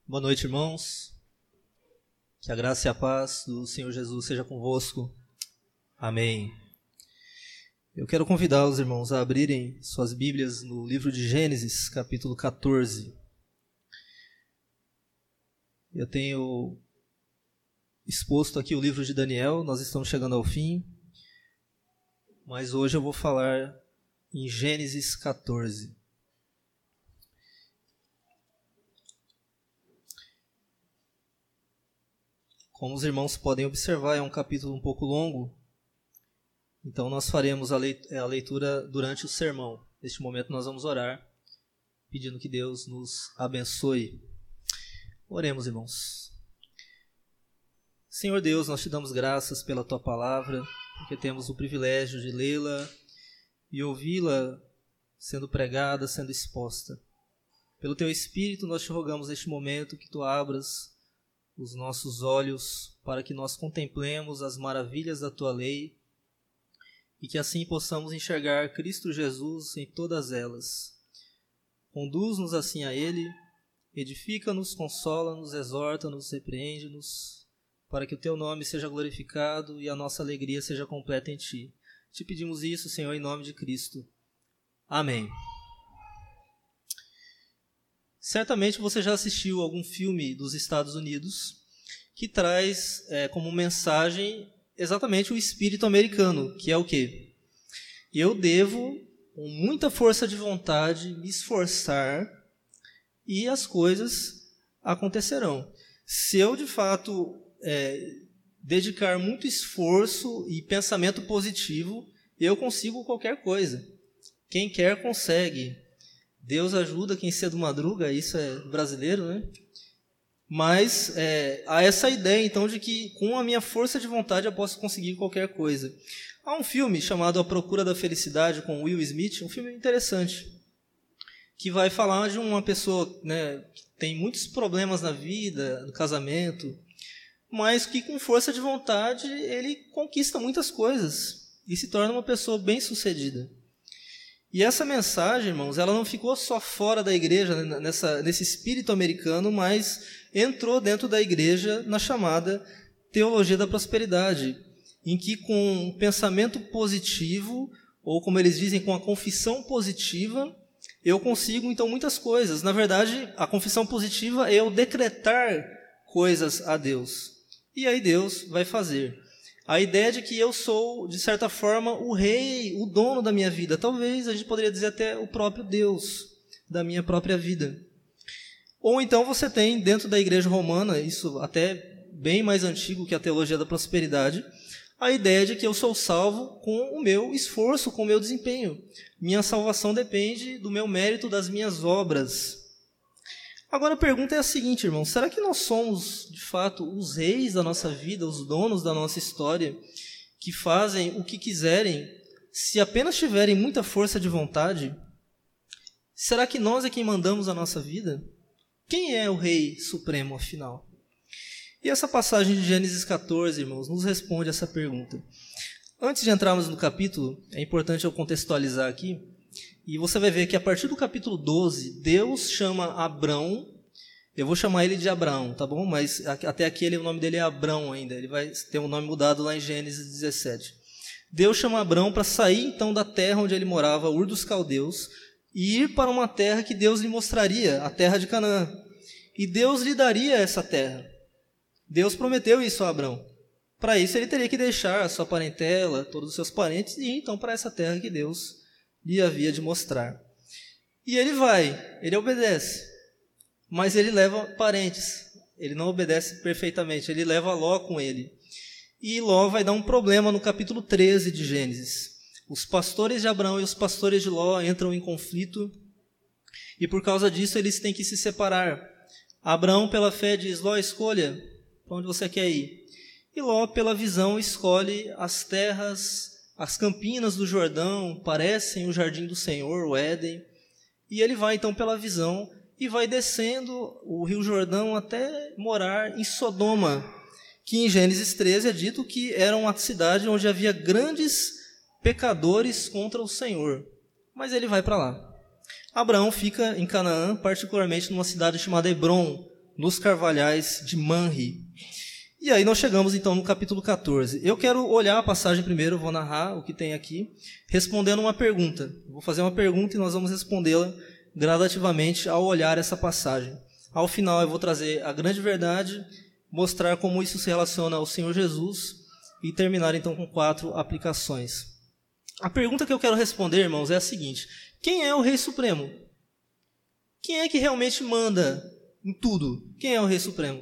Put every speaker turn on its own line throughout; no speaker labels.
Boa noite, irmãos. Que a graça e a paz do Senhor Jesus seja convosco. Amém. Eu quero convidar os irmãos a abrirem suas Bíblias no livro de Gênesis, capítulo 14. Eu tenho exposto aqui o livro de Daniel, nós estamos chegando ao fim, mas hoje eu vou falar em Gênesis 14. Como os irmãos podem observar, é um capítulo um pouco longo, então nós faremos a leitura durante o sermão. Neste momento nós vamos orar, pedindo que Deus nos abençoe. Oremos, irmãos. Senhor Deus, nós te damos graças pela Tua palavra, porque temos o privilégio de lê-la e ouvi-la sendo pregada, sendo exposta. Pelo Teu Espírito nós te rogamos neste momento que Tu abras os nossos olhos para que nós contemplemos as maravilhas da Tua lei e que assim possamos enxergar Cristo Jesus em todas elas. Conduz-nos assim a Ele, edifica-nos, consola-nos, exorta-nos, repreende-nos, para que o Teu nome seja glorificado e a nossa alegria seja completa em Ti. Te pedimos isso, Senhor, em nome de Cristo. Amém. Certamente você já assistiu algum filme dos Estados Unidos que traz como mensagem exatamente o espírito americano, que é o quê? Eu devo, com muita força de vontade, me esforçar e as coisas acontecerão. Se eu, de fato, dedicar muito esforço e pensamento positivo, eu consigo qualquer coisa. Quem quer, consegue. Deus ajuda quem cedo madruga, isso é brasileiro, né? Mas há essa ideia, então, de que com a minha força de vontade eu posso conseguir qualquer coisa. Há um filme chamado A Procura da Felicidade, com Will Smith, um filme interessante, que vai falar de uma pessoa, né, que tem muitos problemas na vida, no casamento, mas que com força de vontade ele conquista muitas coisas e se torna uma pessoa bem-sucedida. E essa mensagem, irmãos, ela não ficou só fora da igreja, nesse espírito americano, mas entrou dentro da igreja na chamada Teologia da Prosperidade, em que com um pensamento positivo, ou como eles dizem, com a confissão positiva, eu consigo, então, muitas coisas. Na verdade, a confissão positiva é eu decretar coisas a Deus. E aí Deus vai fazer. A ideia de que eu sou, de certa forma, o rei, o dono da minha vida. Talvez a gente poderia dizer até o próprio Deus da minha própria vida. Ou então você tem, dentro da igreja romana, isso até bem mais antigo que a teologia da prosperidade, a ideia de que eu sou salvo com o meu esforço, com o meu desempenho. Minha salvação depende do meu mérito, das minhas obras. Agora a pergunta é a seguinte, irmãos, será que nós somos, de fato, os reis da nossa vida, os donos da nossa história, que fazem o que quiserem, se apenas tiverem muita força de vontade? Será que nós é quem mandamos a nossa vida? Quem é o rei supremo, afinal? E essa passagem de Gênesis 14, irmãos, nos responde essa pergunta. Antes de entrarmos no capítulo, é importante eu contextualizar aqui, e você vai ver que a partir do capítulo 12, Deus chama Abrão, eu vou chamar ele de Abraão, tá bom? Mas até aqui o nome dele é Abrão ainda, ele vai ter um nome mudado lá em Gênesis 17. Deus chama Abrão para sair então da terra onde ele morava, Ur dos Caldeus, e ir para uma terra que Deus lhe mostraria, a terra de Canaã. E Deus lhe daria essa terra. Deus prometeu isso a Abrão. Para isso ele teria que deixar a sua parentela, todos os seus parentes, e ir então para essa terra que Deus lhe havia de mostrar. E ele vai, ele obedece, mas ele leva parentes, ele não obedece perfeitamente, ele leva Ló com ele. E Ló vai dar um problema no capítulo 13 de Gênesis. Os pastores de Abraão e os pastores de Ló entram em conflito, e por causa disso eles têm que se separar. Abraão, pela fé, diz: Ló, escolha para onde você quer ir. E Ló, pela visão, escolhe as terras, as campinas do Jordão, parecem o jardim do Senhor, o Éden. E ele vai então pela visão e vai descendo o rio Jordão até morar em Sodoma, que em Gênesis 13 é dito que era uma cidade onde havia grandes pecadores contra o Senhor. Mas ele vai para lá. Abraão fica em Canaã, particularmente numa cidade chamada Hebrom, nos carvalhais de Manre. E aí nós chegamos então no capítulo 14. Eu quero olhar a passagem primeiro, vou narrar o que tem aqui, respondendo uma pergunta. Vou fazer uma pergunta e nós vamos respondê-la gradativamente ao olhar essa passagem. Ao final eu vou trazer a grande verdade, mostrar como isso se relaciona ao Senhor Jesus e terminar então com 4 aplicações. A pergunta que eu quero responder, irmãos, é a seguinte: quem é o Rei Supremo? Quem é que realmente manda em tudo? Quem é o Rei Supremo?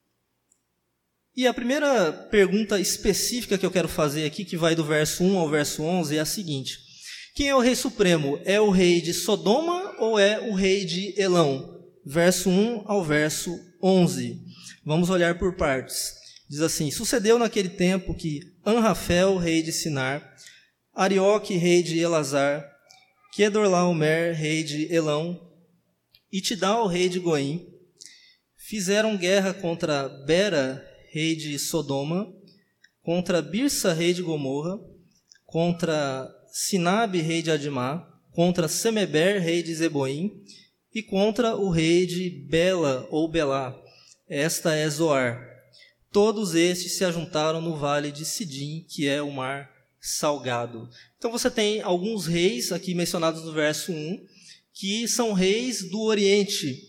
E a primeira pergunta específica que eu quero fazer aqui, que vai do verso 1 ao verso 11, é a seguinte: quem é o Rei Supremo? É o rei de Sodoma ou é o rei de Elão? Verso 1 ao verso 11. Vamos olhar por partes. Diz assim: sucedeu naquele tempo que Anrafel, rei de Sinar, Arioque, rei de Elazar, Quedorlaomer, rei de Elão, e Tidal, rei de Goim, fizeram guerra contra Bera, rei de Sodoma, contra Birsa, rei de Gomorra, contra Sinabe, rei de Adimá, contra Semeber, rei de Zeboim, e contra o rei de Bela ou Belá. Esta é Zoar. Todos estes se ajuntaram no vale de Sidim, que é o mar salgado. Então você tem alguns reis aqui mencionados no verso 1, que são reis do Oriente.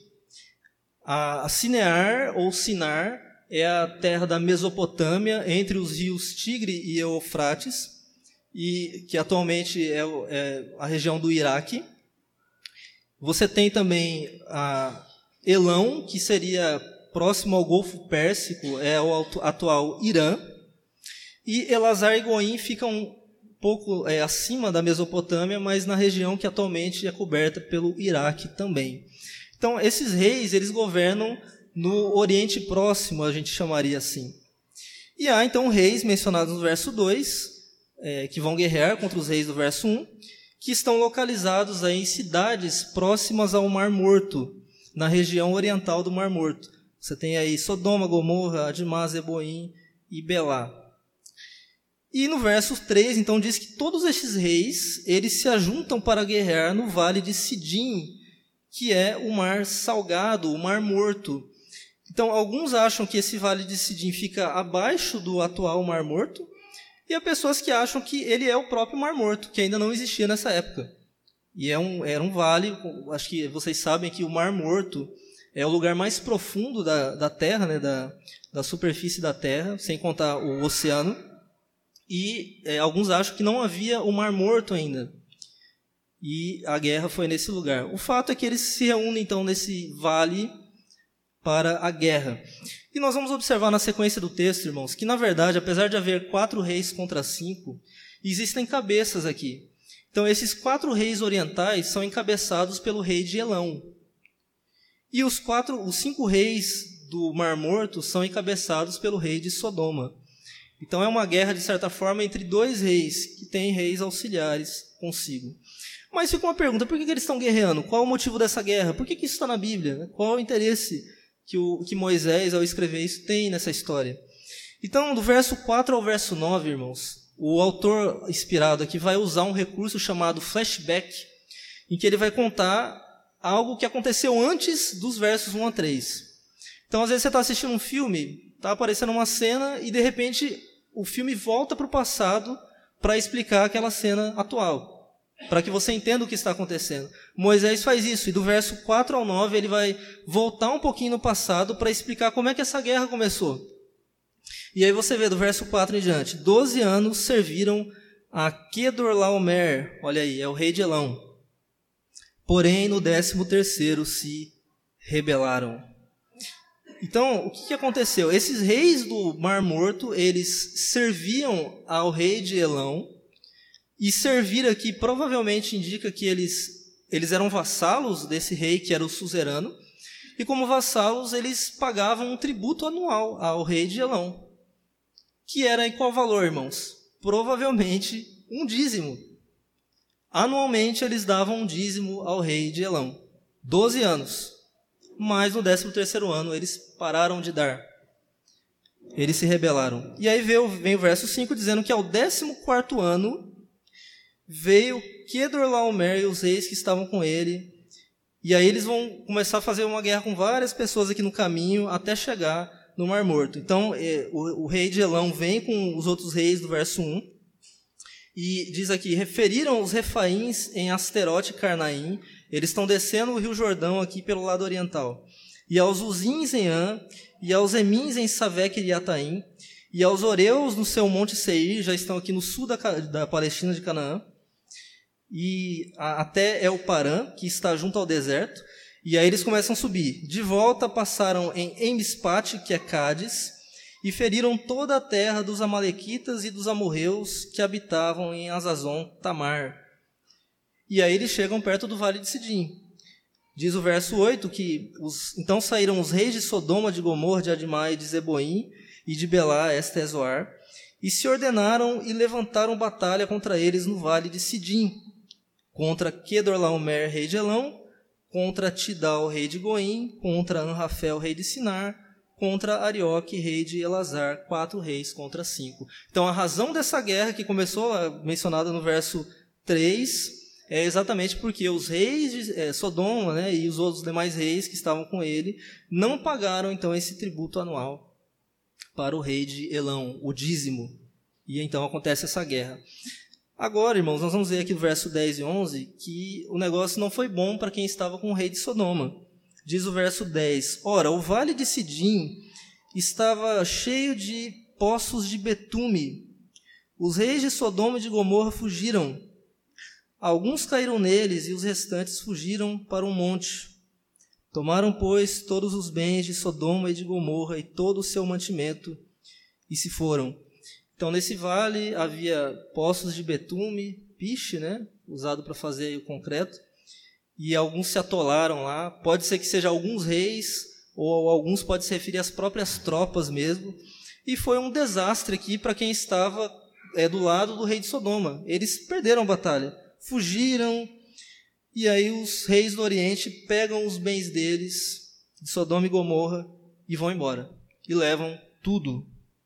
A Sinear ou Sinar é a terra da Mesopotâmia, entre os rios Tigre e Eufrates, e que atualmente é a região do Iraque. Você tem também a Elão, que seria próximo ao Golfo Pérsico, é o atual Irã. E Elazar e Goim ficam um pouco acima da Mesopotâmia, mas na região que atualmente é coberta pelo Iraque também. Então, esses reis, eles governam no Oriente Próximo, a gente chamaria assim. E há, então, reis mencionados no verso 2, que vão guerrear contra os reis do verso 1, que estão localizados aí em cidades próximas ao Mar Morto, na região oriental do Mar Morto. Você tem aí Sodoma, Gomorra, Adimá, Zeboim e Belá. E no verso 3, então, diz que todos estes reis, eles se ajuntam para guerrear no vale de Sidim, que é o mar salgado, o Mar Morto. Então, alguns acham que esse vale de Sidim fica abaixo do atual Mar Morto, e há pessoas que acham que ele é o próprio Mar Morto, que ainda não existia nessa época. E era um vale, acho que vocês sabem que o Mar Morto é o lugar mais profundo da Terra, né, da superfície da Terra, sem contar o oceano. E alguns acham que não havia o Mar Morto ainda. E a guerra foi nesse lugar. O fato é que eles se reúnem, então, nesse vale para a guerra. E nós vamos observar na sequência do texto, irmãos, que, na verdade, apesar de haver 4 reis contra 5, existem cabeças aqui. Então, esses 4 reis orientais são encabeçados pelo rei de Elão. E os 5 reis do Mar Morto são encabeçados pelo rei de Sodoma. Então, é uma guerra, de certa forma, entre 2 reis, que têm reis auxiliares consigo. Mas fica uma pergunta: por que eles estão guerreando? Qual o motivo dessa guerra? Por que isso está na Bíblia? Qual o interesse que Moisés, ao escrever isso, tem nessa história? Então, do verso 4 ao verso 9, irmãos, o autor inspirado aqui vai usar um recurso chamado flashback, em que ele vai contar algo que aconteceu antes dos versos 1 a 3. Então, às vezes você está assistindo um filme, está aparecendo uma cena e, de repente, o filme volta para o passado para explicar aquela cena atual, para que você entenda o que está acontecendo. Moisés faz isso, e do verso 4 ao 9 ele vai voltar um pouquinho no passado para explicar como é que essa guerra começou. E aí você vê do verso 4 em diante: 12 anos serviram a Quedorlaomer, olha aí, é o rei de Elão. Porém, no 13º se rebelaram. Então, o que aconteceu? Esses reis do Mar Morto, eles serviam ao rei de Elão, e servir aqui provavelmente indica que eles eram vassalos desse rei, que era o suzerano, e como vassalos eles pagavam um tributo anual ao rei de Elão, que era em qual valor, irmãos? Provavelmente um dízimo. Anualmente eles davam um dízimo ao rei de Elão. 12 anos. Mas no 13º ano eles pararam de dar. Eles se rebelaram. E aí vem o verso 5 dizendo que ao 14º ano veio Quedorlaomer e os reis que estavam com ele, E aí eles vão começar a fazer uma guerra com várias pessoas aqui no caminho até chegar no Mar Morto. Então, o rei de Elão vem com os outros reis do verso 1 e diz aqui, referiram os refaíns em Asterote e Carnaim, eles estão descendo o rio Jordão aqui pelo lado oriental, e aos Uzins em An, e aos Emins em Savec e Ataim, e aos Oreus no seu monte Seir, já estão aqui no sul da Palestina de Canaã, e até El-Parã, que está junto ao deserto, e aí eles começam a subir. De volta passaram em Emispate, que é Cádiz, e feriram toda a terra dos amalequitas e dos amorreus que habitavam em Azazon Tamar. E aí eles chegam perto do vale de Sidim. Diz o verso 8 que então saíram os reis de Sodoma, de Gomorra, de Admá e de Zeboim, e de Belá, esta é Zoar, e se ordenaram e levantaram batalha contra eles no vale de Sidim, contra Kedorlaomer, rei de Elão, contra Tidal, rei de Goim, contra Anrafel, rei de Sinar, contra Arioque, rei de Elazar, 4 reis contra 5. Então a razão dessa guerra, que começou mencionada no verso 3, é exatamente porque os reis de Sodoma, né, e os outros demais reis que estavam com ele não pagaram então esse tributo anual para o rei de Elão, o dízimo. E então acontece essa guerra. Agora, irmãos, nós vamos ver aqui no verso 10 e 11 que o negócio não foi bom para quem estava com o rei de Sodoma. Diz o verso 10, ora, o vale de Sidim estava cheio de poços de betume. Os reis de Sodoma e de Gomorra fugiram. Alguns caíram neles e os restantes fugiram para um monte. Tomaram, pois, todos os bens de Sodoma e de Gomorra e todo o seu mantimento e se foram. Então, nesse vale havia poços de betume, piche, né, usado para fazer o concreto, e alguns se atolaram lá. Pode ser que seja alguns reis, ou alguns pode se referir às próprias tropas mesmo. E foi um desastre aqui para quem estava do lado do rei de Sodoma. Eles perderam a batalha, fugiram, e aí os reis do Oriente pegam os bens deles, de Sodoma e Gomorra, e vão embora, e levam tudo.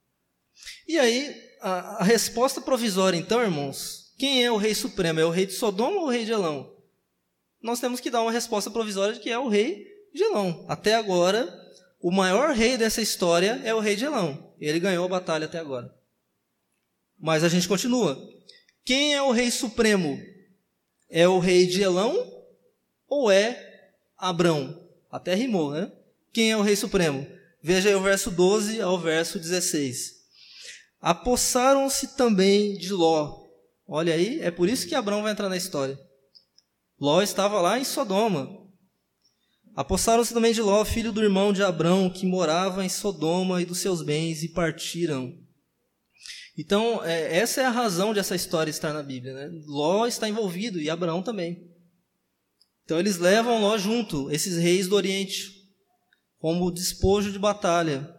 E aí, a resposta provisória, então, irmãos, quem é o rei supremo? É o rei de Sodoma ou o rei de Elão? Nós temos que dar uma resposta provisória de que é o rei de Elão. Até agora, o maior rei dessa história é o rei de Elão. Ele ganhou a batalha até agora. Mas a gente continua. Quem é o rei supremo? É o rei de Elão ou é Abrão? Até rimou, né? Quem é o rei supremo? Veja aí o verso 12 ao verso 16. Apossaram-se também de Ló. Olha aí, é por isso que Abrão vai entrar na história. Ló estava lá em Sodoma. Apossaram-se também de Ló, filho do irmão de Abrão, que morava em Sodoma, e dos seus bens, e partiram. Então, essa é a razão de essa história estar na Bíblia, né? Ló está envolvido, e Abrão também. Então, eles levam Ló junto, esses reis do Oriente, como despojo de batalha.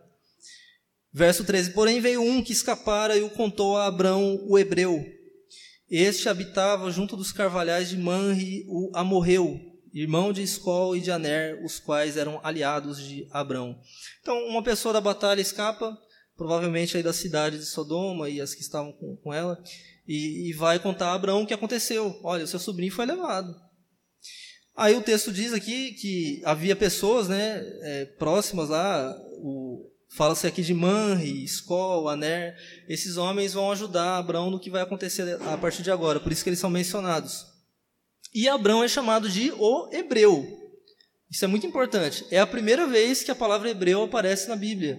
Verso 13, porém veio um que escapara e o contou a Abrão, o hebreu. Este habitava junto dos carvalhais de Manre, o amorreu, irmão de Escol e de Aner, os quais eram aliados de Abrão. Então, uma pessoa da batalha escapa, provavelmente aí da cidade de Sodoma e as que estavam com ela, e vai contar a Abrão o que aconteceu. Olha, o seu sobrinho foi levado. Aí o texto diz aqui que havia pessoas, né, próximas lá, fala-se aqui de Manre, Escol, Aner. Esses homens vão ajudar Abrão no que vai acontecer a partir de agora, por isso que eles são mencionados. E Abrão é chamado de o hebreu. Isso é muito importante. É a primeira vez que a palavra hebreu aparece na Bíblia.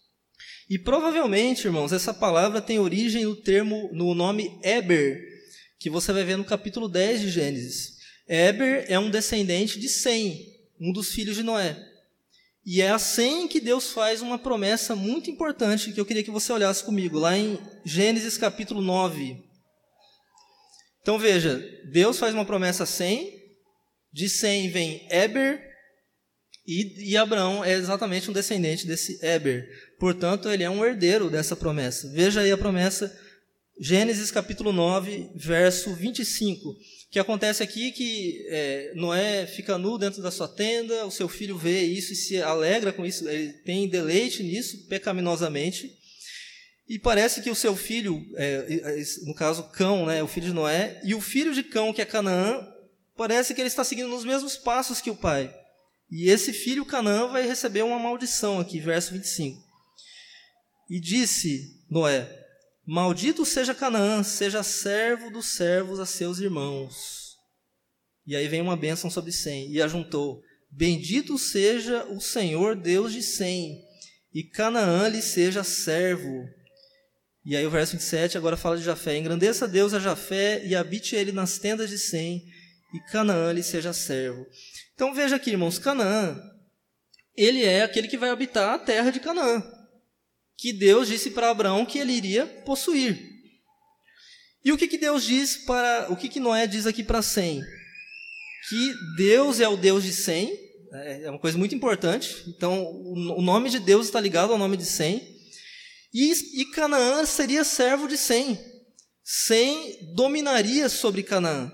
E provavelmente, irmãos, essa palavra tem origem no nome Eber, que você vai ver no capítulo 10 de Gênesis. Eber é um descendente de Sem, um dos filhos de Noé. E é a Sem que Deus faz uma promessa muito importante que eu queria que você olhasse comigo, lá em Gênesis capítulo 9. Então veja, Deus faz uma promessa a Sem, de Sem vem Eber, e Abraão é exatamente um descendente desse Eber. Portanto, ele é um herdeiro dessa promessa. Veja aí a promessa, Gênesis capítulo 9, verso 25. O que acontece aqui é que Noé fica nu dentro da sua tenda, o seu filho vê isso e se alegra com isso, ele tem deleite nisso, pecaminosamente, e parece que o seu filho, no caso Cão, né, o filho de Noé, e o filho de Cão, que é Canaã, parece que ele está seguindo nos mesmos passos que o pai. E esse filho, Canaã, vai receber uma maldição aqui, verso 25. E disse Noé: maldito seja Canaã, seja servo dos servos a seus irmãos. E aí vem uma bênção sobre Sem. E ajuntou: bendito seja o Senhor Deus de Sem, e Canaã lhe seja servo. E aí o verso 27 agora fala de Jafé: engrandeça Deus a Jafé, e habite ele nas tendas de Sem, e Canaã lhe seja servo. Então veja aqui, irmãos, Canaã, ele é aquele que vai habitar a terra de Canaã, que Deus disse para Abraão que ele iria possuir. E o que Deus diz para, o que Noé diz aqui para Sem? Que Deus é o Deus de Sem, é uma coisa muito importante. Então o nome de Deus está ligado ao nome de Sem, e Canaã seria servo de Sem. Sem dominaria sobre Canaã.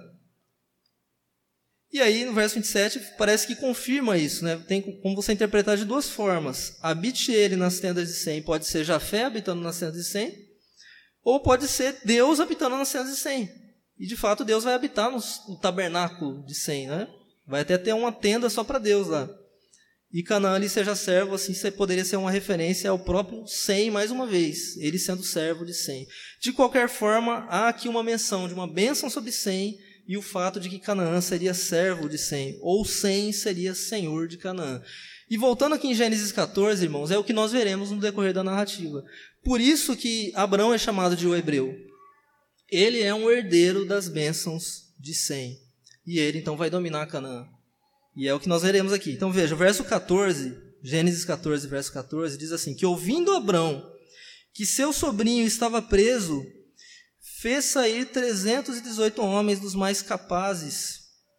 E aí, no verso 27, parece que confirma isso, né? Tem como você interpretar de duas formas. Habite ele nas tendas de Sem, pode ser Jafé habitando nas tendas de Sem, ou pode ser Deus habitando nas tendas de Sem. E, de fato, Deus vai habitar no tabernáculo de Sem, né? Vai até ter uma tenda só para Deus lá. E Canaã lhe seja servo, assim poderia ser uma referência ao próprio Sem, mais uma vez, ele sendo servo de Sem. De qualquer forma, há aqui uma menção de uma bênção sobre Sem, e o fato de que Canaã seria servo de Sem, ou Sem seria senhor de Canaã. E voltando aqui em Gênesis 14, irmãos, é o que nós veremos no decorrer da narrativa. Por isso que Abrão é chamado de o hebreu. Ele é um herdeiro das bênçãos de Sem, e ele então vai dominar Canaã. E é o que nós veremos aqui. Então veja, o verso 14, Gênesis 14, verso 14, diz assim: que ouvindo Abrão que seu sobrinho estava preso, fez sair 318 homens dos mais capazes,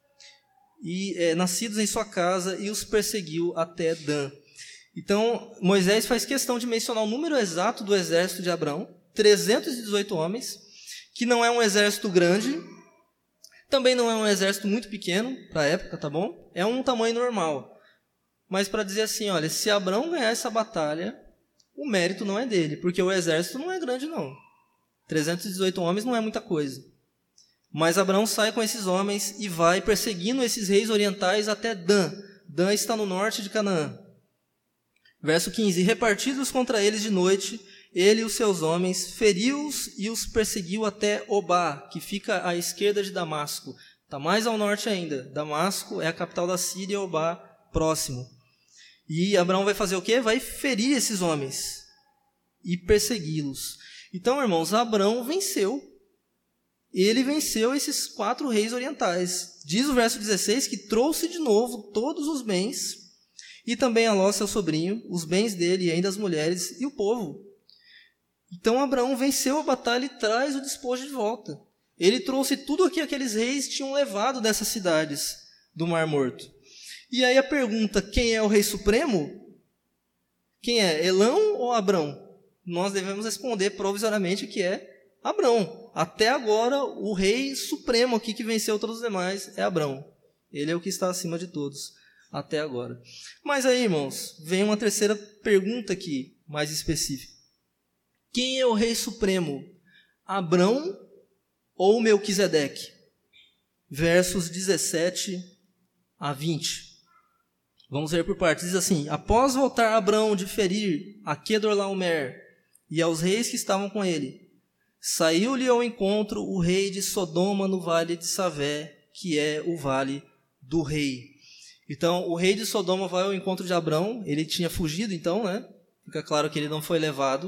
nascidos em sua casa, e os perseguiu até Dan. Então, Moisés faz questão de mencionar o número exato do exército de Abrão, 318 homens, que não é um exército grande, também não é um exército muito pequeno para a época, tá bom? É um tamanho normal. Mas para dizer assim, olha, se Abrão ganhar essa batalha, o mérito não é dele, porque o exército não é grande não. 318 homens não é muita coisa. Mas Abrão sai com esses homens e vai perseguindo esses reis orientais até Dan. Dan está no norte de Canaã. Verso 15: e repartidos contra eles de noite, ele e os seus homens, feriu-os e os perseguiu até Obá, que fica à esquerda de Damasco. Está mais ao norte ainda. Damasco é a capital da Síria, Obá próximo. E Abrão vai fazer o quê? Vai ferir esses homens e persegui-los. Então, irmãos, Abrão venceu. Ele venceu esses 4 reis orientais. Diz o verso 16 que trouxe de novo todos os bens, e também a Ló, seu sobrinho, os bens dele e ainda as mulheres e o povo. Então, Abraão venceu a batalha e traz o despojo de volta. Ele trouxe tudo o que aqueles reis tinham levado dessas cidades do Mar Morto. E aí a pergunta, quem é o rei supremo? Quem é, Elão ou Abrão? Nós devemos responder provisoriamente que é Abrão. Até agora, o rei supremo aqui que venceu todos os demais é Abrão. Ele é o que está acima de todos, até agora. Mas aí, irmãos, vem uma terceira pergunta aqui, mais específica. Quem é o rei supremo? Abrão ou Melquisedeque? Versos 17 a 20. Vamos ver por partes. Diz assim: após voltar Abrão de ferir a Quedorlaomer e aos reis que estavam com ele, saiu-lhe ao encontro o rei de Sodoma no vale de Savé, que é o vale do rei. Então, o rei de Sodoma vai ao encontro de Abrão. Ele tinha fugido, então, né? Fica claro que ele não foi levado.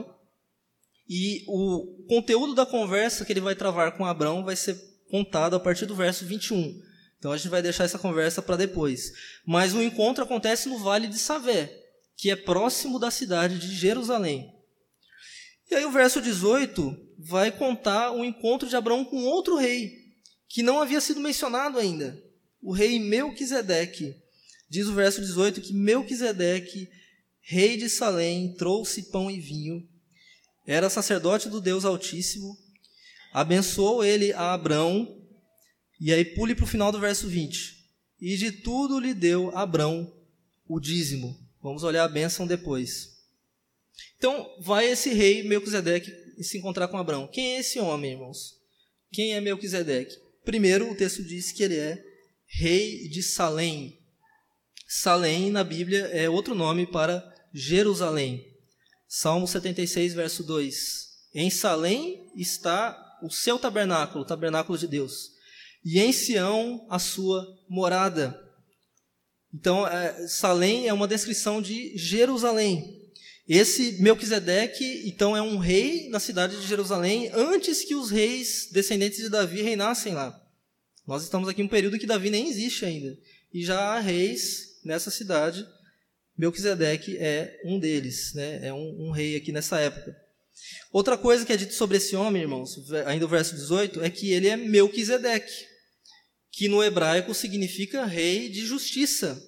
E o conteúdo da conversa que ele vai travar com Abrão vai ser contado a partir do verso 21. Então, a gente vai deixar essa conversa para depois. Mas o encontro acontece no vale de Savé, que é próximo da cidade de Jerusalém. E aí o verso 18 vai contar o encontro de Abrão com outro rei, que não havia sido mencionado ainda, o rei Melquisedeque. Diz o verso 18 que Melquisedeque, rei de Salém, trouxe pão e vinho, era sacerdote do Deus Altíssimo, abençoou ele a Abrão, e aí pule para o final do verso 20, e de tudo lhe deu Abrão o dízimo. Vamos olhar a bênção depois. Então, vai esse rei Melquisedeque se encontrar com Abrão. Quem é esse homem, irmãos? Quem é Melquisedeque? Primeiro, o texto diz que ele é rei de Salém. Salém, na Bíblia, é outro nome para Jerusalém. Salmo 76, verso 2. Em Salém está o seu tabernáculo, o tabernáculo de Deus. E em Sião, a sua morada. Então, Salém é uma descrição de Jerusalém. Esse Melquisedeque, então, é um rei na cidade de Jerusalém antes que os reis descendentes de Davi reinassem lá. Nós estamos aqui em um período que Davi nem existe ainda. E já há reis nessa cidade. Melquisedeque é um deles, né? É um rei aqui nessa época. Outra coisa que é dito sobre esse homem, irmãos, ainda o verso 18, é que ele é Melquisedeque, que no hebraico significa rei de justiça.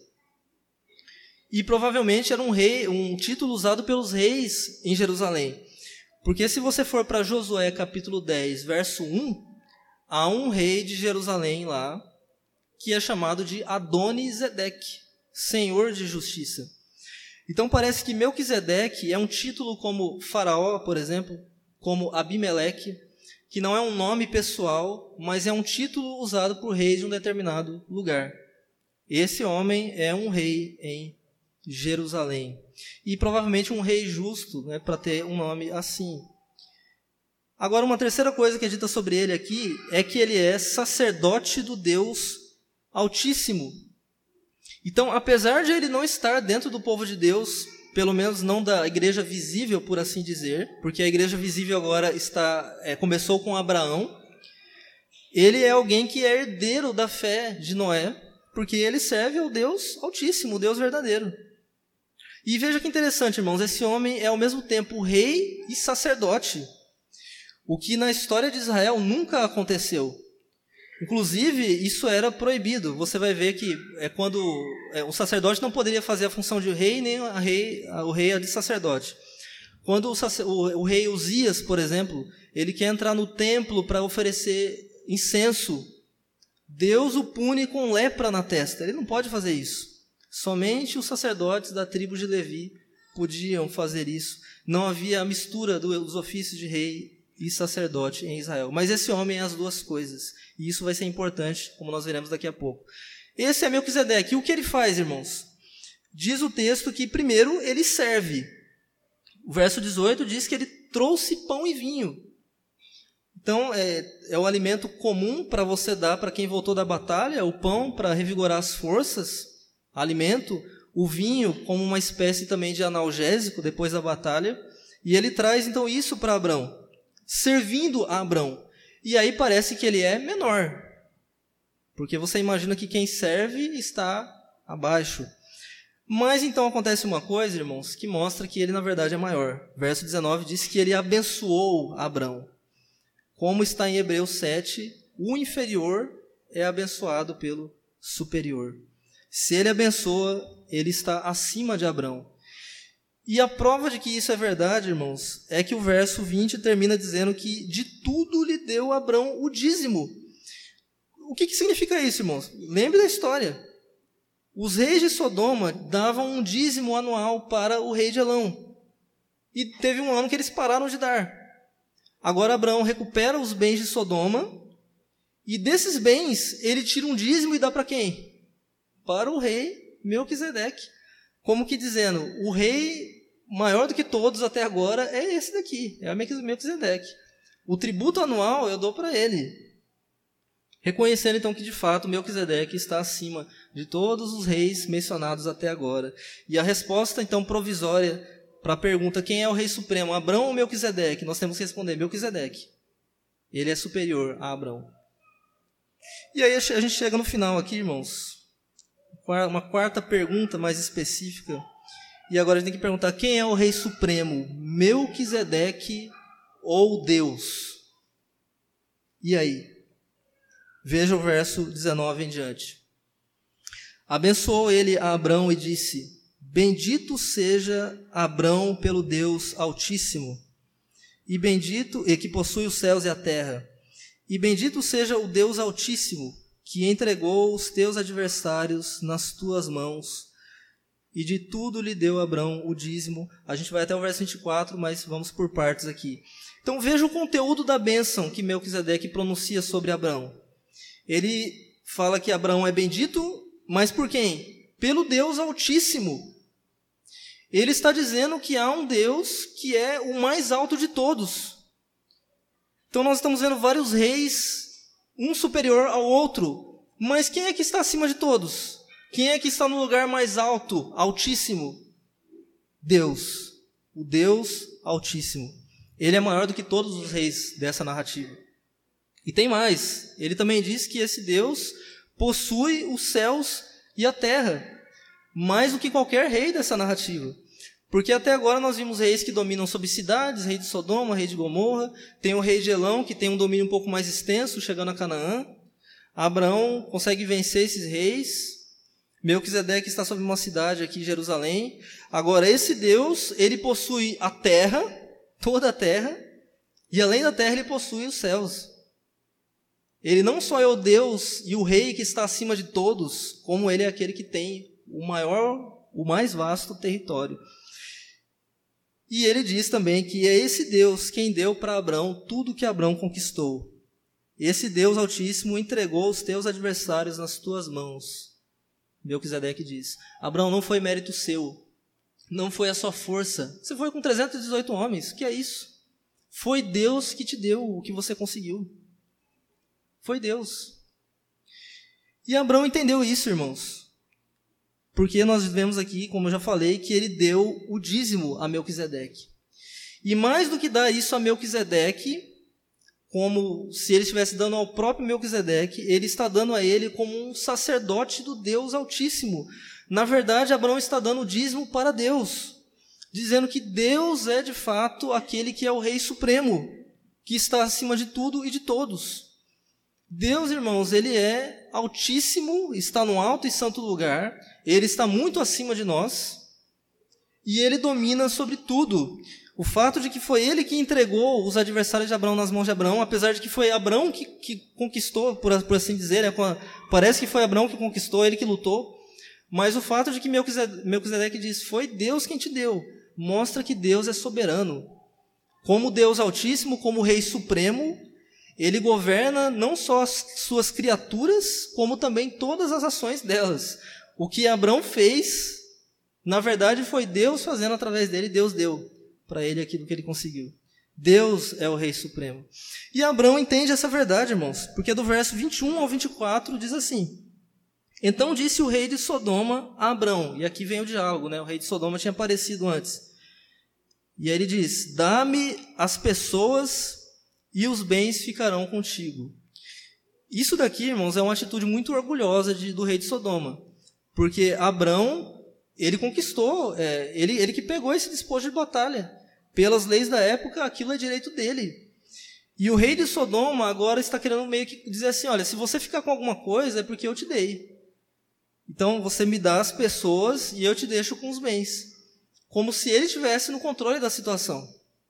E provavelmente era um título usado pelos reis em Jerusalém. Porque se você for para Josué capítulo 10, verso 1, há um rei de Jerusalém lá, que é chamado de Adoni-Zedeque, Senhor de Justiça. Então parece que Melquisedeque é um título como Faraó, por exemplo, como Abimeleque, que não é um nome pessoal, mas é um título usado por reis de um determinado lugar. Esse homem é um rei em Jerusalém. E provavelmente um rei justo, né, para ter um nome assim. Agora, uma terceira coisa que é dita sobre ele aqui é que ele é sacerdote do Deus Altíssimo. Então, apesar de ele não estar dentro do povo de Deus, pelo menos não da igreja visível, por assim dizer, porque a igreja visível agora começou com Abraão, ele é alguém que é herdeiro da fé de Noé, porque ele serve ao Deus Altíssimo, o Deus verdadeiro. E veja que interessante, irmãos, esse homem é ao mesmo tempo rei e sacerdote, o que na história de Israel nunca aconteceu. Inclusive, isso era proibido. Você vai ver que quando o sacerdote não poderia fazer a função de rei, nem o rei a de sacerdote. Quando o rei Uzias, por exemplo, ele quer entrar no templo para oferecer incenso, Deus o pune com lepra na testa. Ele não pode fazer isso. Somente os sacerdotes da tribo de Levi podiam fazer isso. Não havia a mistura dos ofícios de rei e sacerdote em Israel. Mas esse homem é as duas coisas. E isso vai ser importante, como nós veremos daqui a pouco. Esse é Melquisedeque. E o que ele faz, irmãos? Diz o texto que, primeiro, ele serve. O verso 18 diz que ele trouxe pão e vinho. Então, é o alimento comum para você dar para quem voltou da batalha, o pão para revigorar as forças, alimento, o vinho como uma espécie também de analgésico depois da batalha. E ele traz, então, isso para Abrão, servindo a Abrão. E aí parece que ele é menor, porque você imagina que quem serve está abaixo. Mas então acontece uma coisa, irmãos, que mostra que ele na verdade é maior. Verso 19 diz que ele abençoou Abrão. Como está em Hebreus 7, o inferior é abençoado pelo superior. Se ele abençoa, ele está acima de Abrão. E a prova de que isso é verdade, irmãos, é que o verso 20 termina dizendo que de tudo lhe deu Abrão o dízimo. O que significa isso, irmãos? Lembre da história. Os reis de Sodoma davam um dízimo anual para o rei de Elão. E teve um ano que eles pararam de dar. Agora Abrão recupera os bens de Sodoma, e desses bens ele tira um dízimo e dá para quem? Para o rei Melquisedeque. Como que dizendo, o rei maior do que todos até agora é esse daqui, é Melquisedeque. O tributo anual eu dou para ele. Reconhecendo então que de fato Melquisedeque está acima de todos os reis mencionados até agora. E a resposta então provisória para a pergunta quem é o rei supremo, Abrão ou Melquisedeque? Nós temos que responder Melquisedeque. Ele é superior a Abrão. E aí a gente chega no final aqui, irmãos. Uma quarta pergunta mais específica. E agora a gente tem que perguntar, quem é o rei supremo? Melquisedeque ou Deus? E aí? Veja o verso 19 em diante. Abençoou ele a Abrão e disse, bendito seja Abrão pelo Deus Altíssimo, e que possui os céus e a terra. E bendito seja o Deus Altíssimo, que entregou os teus adversários nas tuas mãos, e de tudo lhe deu Abrão o dízimo. A gente vai até o verso 24, mas vamos por partes aqui. Então veja o conteúdo da bênção que Melquisedeque pronuncia sobre Abrão. Ele fala que Abraão é bendito, mas por quem? Pelo Deus Altíssimo. Ele está dizendo que há um Deus que é o mais alto de todos. Então nós estamos vendo vários reis, um superior ao outro. Mas quem é que está acima de todos? Quem é que está no lugar mais alto, altíssimo? Deus. O Deus Altíssimo. Ele é maior do que todos os reis dessa narrativa. E tem mais. Ele também diz que esse Deus possui os céus e a terra. Mais do que qualquer rei dessa narrativa. Porque até agora nós vimos reis que dominam sobre cidades, rei de Sodoma, rei de Gomorra, tem o rei de Elão, que tem um domínio um pouco mais extenso, chegando a Canaã. Abraão consegue vencer esses reis. Melquisedeque está sobre uma cidade aqui, Jerusalém. Agora, esse Deus, ele possui a terra, toda a terra, e além da terra ele possui os céus. Ele não só é o Deus e o rei que está acima de todos, como ele é aquele que tem o mais vasto território. E ele diz também que é esse Deus quem deu para Abraão tudo que Abraão conquistou. Esse Deus Altíssimo entregou os teus adversários nas tuas mãos. Melquisedeque diz, Abraão, não foi mérito seu, não foi a sua força. Você foi com 318 homens, o que é isso? Foi Deus que te deu o que você conseguiu. Foi Deus. E Abraão entendeu isso, irmãos. Porque nós vemos aqui, como eu já falei, que ele deu o dízimo a Melquisedeque. E mais do que dar isso a Melquisedeque, como se ele estivesse dando ao próprio Melquisedeque, ele está dando a ele como um sacerdote do Deus Altíssimo. Na verdade, Abraão está dando o dízimo para Deus, dizendo que Deus é de fato aquele que é o Rei Supremo, que está acima de tudo e de todos. Deus, irmãos, ele é altíssimo, está no alto e santo lugar, ele está muito acima de nós, e ele domina sobre tudo. O fato de que foi ele que entregou os adversários de Abraão nas mãos de Abraão, apesar de que foi Abraão que conquistou, por assim dizer, né? Parece que foi Abraão que conquistou, ele que lutou, mas o fato de que Melquisedeque diz, foi Deus quem te deu, mostra que Deus é soberano. Como Deus Altíssimo, como Rei Supremo, ele governa não só as suas criaturas, como também todas as ações delas. O que Abraão fez, na verdade, foi Deus fazendo através dele, Deus deu para ele aquilo que ele conseguiu. Deus é o Rei Supremo. E Abraão entende essa verdade, irmãos, porque do verso 21 ao 24 diz assim, então disse o rei de Sodoma a Abraão, e aqui vem o diálogo, né? O rei de Sodoma tinha aparecido antes. E aí ele diz, dá-me as pessoas e os bens ficarão contigo. Isso daqui, irmãos, é uma atitude muito orgulhosa do rei de Sodoma, porque Abraão, ele conquistou, ele que pegou esse despojo de batalha. Pelas leis da época, aquilo é direito dele. E o rei de Sodoma agora está querendo meio que dizer assim, olha, se você ficar com alguma coisa é porque eu te dei. Então você me dá as pessoas e eu te deixo com os bens. Como se ele estivesse no controle da situação.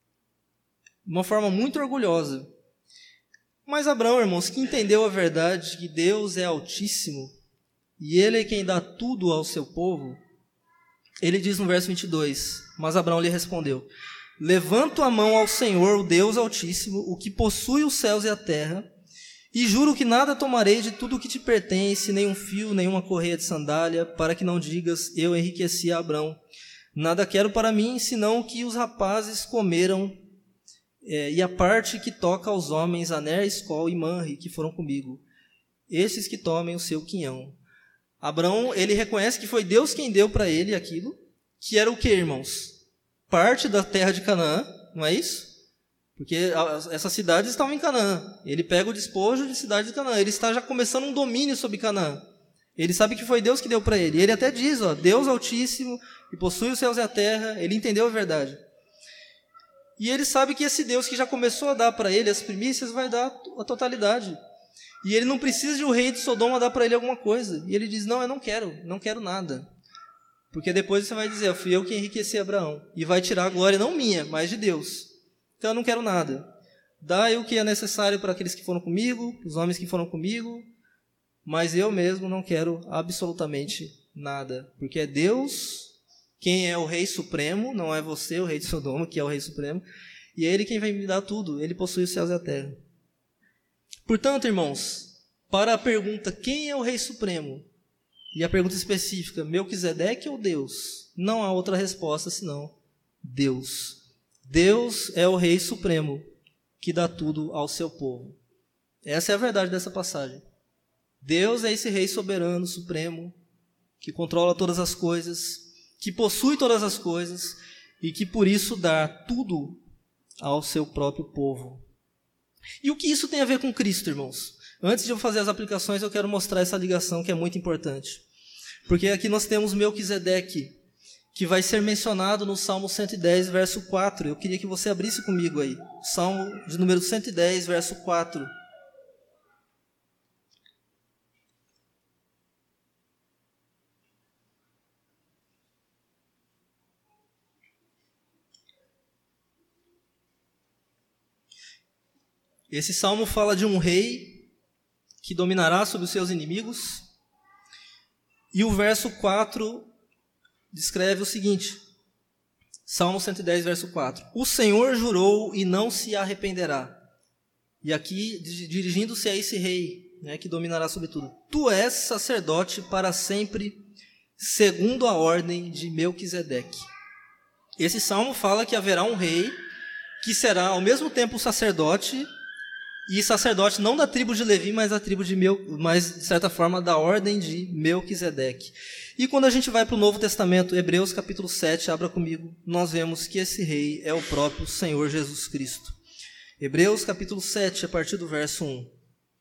De uma forma muito orgulhosa. Mas Abraão, irmãos, que entendeu a verdade de que Deus é altíssimo e ele é quem dá tudo ao seu povo, ele diz no verso 22, mas Abraão lhe respondeu, levanto a mão ao Senhor, o Deus Altíssimo, o que possui os céus e a terra, e juro que nada tomarei de tudo o que te pertence, nem um fio, nem uma correia de sandália, para que não digas, eu enriqueci a Abraão. Nada quero para mim, senão o que os rapazes comeram, e a parte que toca aos homens, Aner, Escol e Manre, que foram comigo, esses que tomem o seu quinhão. Abraão, ele reconhece que foi Deus quem deu para ele aquilo, que era o que, irmãos? Parte da terra de Canaã, não é isso? Porque essas cidades estavam em Canaã. Ele pega o despojo de cidade de Canaã. Ele está já começando um domínio sobre Canaã. Ele sabe que foi Deus que deu para ele. Ele até diz, Deus Altíssimo, que possui os céus e a terra. Ele entendeu a verdade. E ele sabe que esse Deus que já começou a dar para ele as primícias vai dar a totalidade. E ele não precisa de o rei de Sodoma dar para ele alguma coisa. E ele diz, não, eu não quero nada. Porque depois você vai dizer, fui eu que enriqueci Abraão. E vai tirar a glória não minha, mas de Deus. Então eu não quero nada. Dá o que é necessário para aqueles que foram comigo, os homens que foram comigo, mas eu mesmo não quero absolutamente nada. Porque é Deus quem é o Rei Supremo, não é você, o rei de Sodoma, que é o Rei Supremo, e é Ele quem vai me dar tudo. Ele possui os céus e a terra. Portanto, irmãos, para a pergunta, quem é o Rei Supremo? E a pergunta específica, Melquisedeque ou Deus? Não há outra resposta senão Deus. Deus é o Rei Supremo que dá tudo ao seu povo. Essa é a verdade dessa passagem. Deus é esse Rei soberano, supremo, que controla todas as coisas, que possui todas as coisas e que por isso dá tudo ao seu próprio povo. E o que isso tem a ver com Cristo, irmãos? Antes de eu fazer as aplicações, eu quero mostrar essa ligação que é muito importante. Porque aqui nós temos Melquisedeque, que vai ser mencionado no Salmo 110, verso 4. Eu queria que você abrisse comigo aí. Salmo de número 110, verso 4. Esse salmo fala de um rei que dominará sobre os seus inimigos. E o verso 4 descreve o seguinte. Salmo 110, verso 4. O Senhor jurou e não se arrependerá. E aqui, dirigindo-se a esse rei, né, que dominará sobre tudo. Tu és sacerdote para sempre, segundo a ordem de Melquisedeque. Esse salmo fala que haverá um rei que será ao mesmo tempo sacerdote, e sacerdote não da tribo de Levi, mas da tribo mas de certa forma da ordem de Melquisedeque. E quando a gente vai para o Novo Testamento, Hebreus capítulo 7, abra comigo, nós vemos que esse rei é o próprio Senhor Jesus Cristo. Hebreus capítulo 7, a partir do verso 1.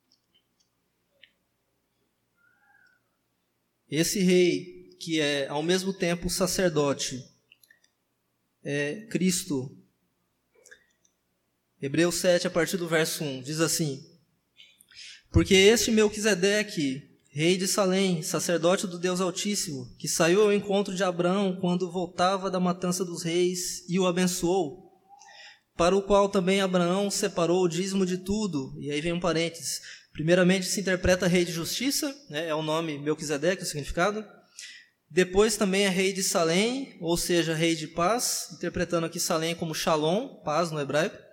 Esse rei, que é ao mesmo tempo sacerdote, é Cristo. Hebreus 7, a partir do verso 1, diz assim: Porque este Melquisedeque, rei de Salém, sacerdote do Deus Altíssimo, que saiu ao encontro de Abraão quando voltava da matança dos reis e o abençoou, para o qual também Abraão separou o dízimo de tudo. E aí vem um parênteses. Primeiramente se interpreta rei de justiça, né, é o nome Melquisedeque, o significado. Depois também é rei de Salém, ou seja, rei de paz, interpretando aqui Salém como Shalom, paz no hebraico.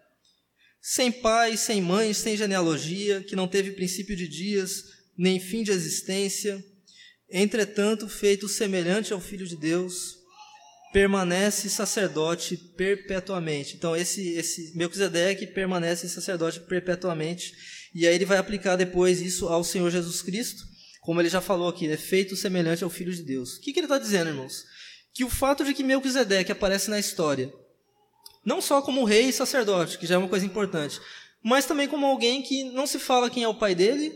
Sem pai, sem mãe, sem genealogia, que não teve princípio de dias, nem fim de existência, entretanto, feito semelhante ao Filho de Deus, permanece sacerdote perpetuamente. Então, esse Melquisedeque permanece sacerdote perpetuamente, e aí ele vai aplicar depois isso ao Senhor Jesus Cristo, como ele já falou aqui, é feito semelhante ao Filho de Deus. O que ele está dizendo, irmãos? Que o fato de que Melquisedeque aparece na história, não só como rei e sacerdote, que já é uma coisa importante, mas também como alguém que não se fala quem é o pai dele,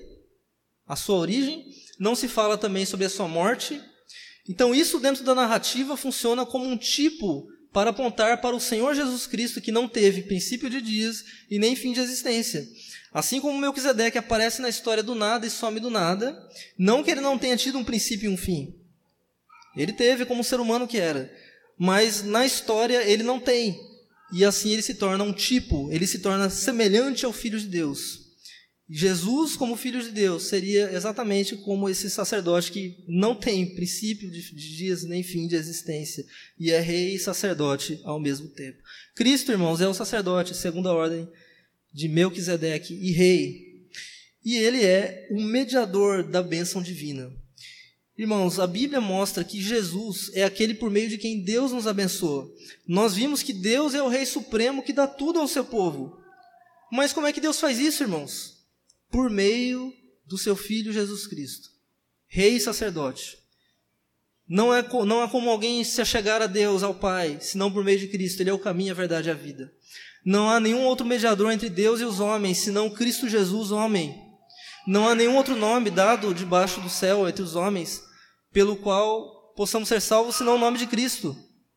a sua origem, não se fala também sobre a sua morte. Então isso dentro da narrativa funciona como um tipo para apontar para o Senhor Jesus Cristo, que não teve princípio de dias e nem fim de existência. Assim como Melquisedeque aparece na história do nada e some do nada, não que ele não tenha tido um princípio e um fim. Ele teve como ser humano que era, mas na história ele não tem. E assim ele se torna um tipo, ele se torna semelhante ao Filho de Deus. Jesus, como Filho de Deus, seria exatamente como esse sacerdote que não tem princípio de dias nem fim de existência, e é rei e sacerdote ao mesmo tempo. Cristo, irmãos, é o sacerdote, segundo a ordem de Melquisedeque, e rei. E ele é o mediador da bênção divina. Irmãos, a Bíblia mostra que Jesus é aquele por meio de quem Deus nos abençoa. Nós vimos que Deus é o Rei Supremo que dá tudo ao seu povo. Mas como é que Deus faz isso, irmãos? Por meio do seu Filho Jesus Cristo, Rei e sacerdote. Não há como alguém se achegar a Deus, ao Pai, senão por meio de Cristo. Ele é o caminho, a verdade e a vida. Não há nenhum outro mediador entre Deus e os homens, senão Cristo Jesus, homem. Não há nenhum outro nome dado debaixo do céu entre os homens, pelo qual possamos ser salvos, senão o nome de Cristo.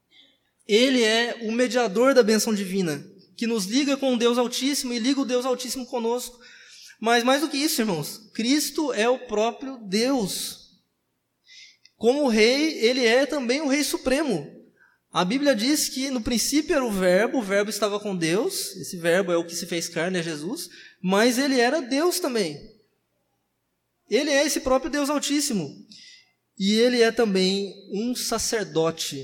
Ele é o mediador da bênção divina, que nos liga com o Deus Altíssimo e liga o Deus Altíssimo conosco. Mas mais do que isso, irmãos, Cristo é o próprio Deus. Como rei, ele é também o Rei Supremo. A Bíblia diz que no princípio era o Verbo estava com Deus, esse Verbo é o que se fez carne, é Jesus, mas ele era Deus também. Ele é esse próprio Deus Altíssimo. E ele é também um sacerdote.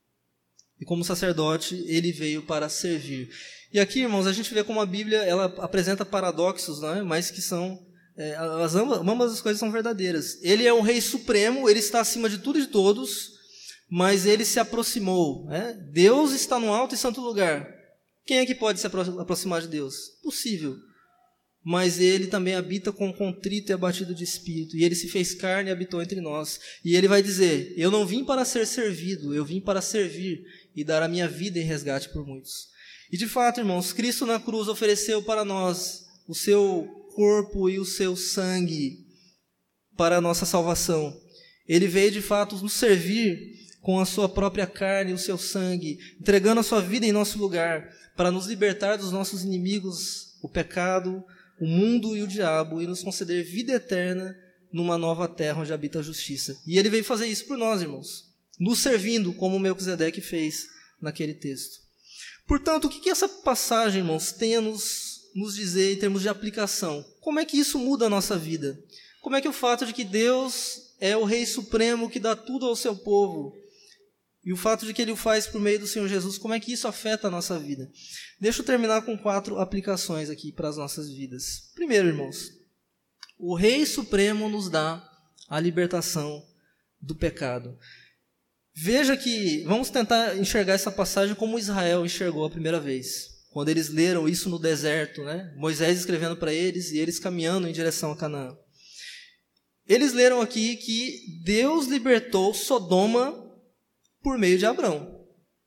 E como sacerdote, ele veio para servir. E aqui, irmãos, a gente vê como a Bíblia ela apresenta paradoxos, né? Mas que são Ambas as coisas são verdadeiras. Ele é um rei supremo, ele está acima de tudo e de todos, mas ele se aproximou. Né? Deus está no alto e santo lugar. Quem é que pode se aproximar de Deus? Possível. Mas ele também habita com contrito e abatido de espírito. E ele se fez carne e habitou entre nós. E ele vai dizer, eu não vim para ser servido, eu vim para servir e dar a minha vida em resgate por muitos. E de fato, irmãos, Cristo na cruz ofereceu para nós o seu corpo e o seu sangue para a nossa salvação. Ele veio de fato nos servir com a sua própria carne e o seu sangue, entregando a sua vida em nosso lugar, para nos libertar dos nossos inimigos, o pecado, o mundo e o diabo, e nos conceder vida eterna numa nova terra onde habita a justiça. E ele veio fazer isso por nós, irmãos, nos servindo como Melquisedeque fez naquele texto. Portanto, o que essa passagem, irmãos, tem a nos dizer em termos de aplicação? Como é que isso muda a nossa vida? Como é que o fato de que Deus é o Rei Supremo que dá tudo ao seu povo, e o fato de que ele o faz por meio do Senhor Jesus, como é que isso afeta a nossa vida? Deixa eu terminar com 4 aplicações aqui para as nossas vidas. Primeiro, irmãos, o Rei Supremo nos dá a libertação do pecado. Veja que, vamos tentar enxergar essa passagem como Israel enxergou a primeira vez, quando eles leram isso no deserto, né? Moisés escrevendo para eles e eles caminhando em direção a Canaã. Eles leram aqui que Deus libertou Sodoma por meio de Abrão.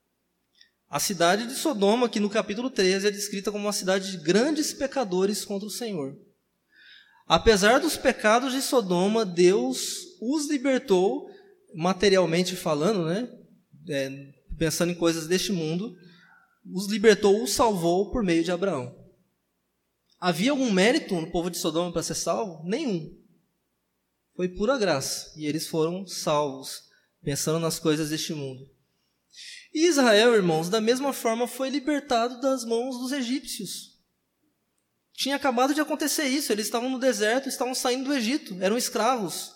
A cidade de Sodoma, que no capítulo 13 é descrita como uma cidade de grandes pecadores contra o Senhor. Apesar dos pecados de Sodoma, Deus os libertou, materialmente falando, né? Pensando em coisas deste mundo, os libertou, os salvou por meio de Abraão. Havia algum mérito no povo de Sodoma para ser salvo? Nenhum. Foi pura graça, e eles foram salvos, pensando nas coisas deste mundo. E Israel, irmãos, da mesma forma foi libertado das mãos dos egípcios. Tinha acabado de acontecer isso, eles estavam no deserto, estavam saindo do Egito, eram escravos.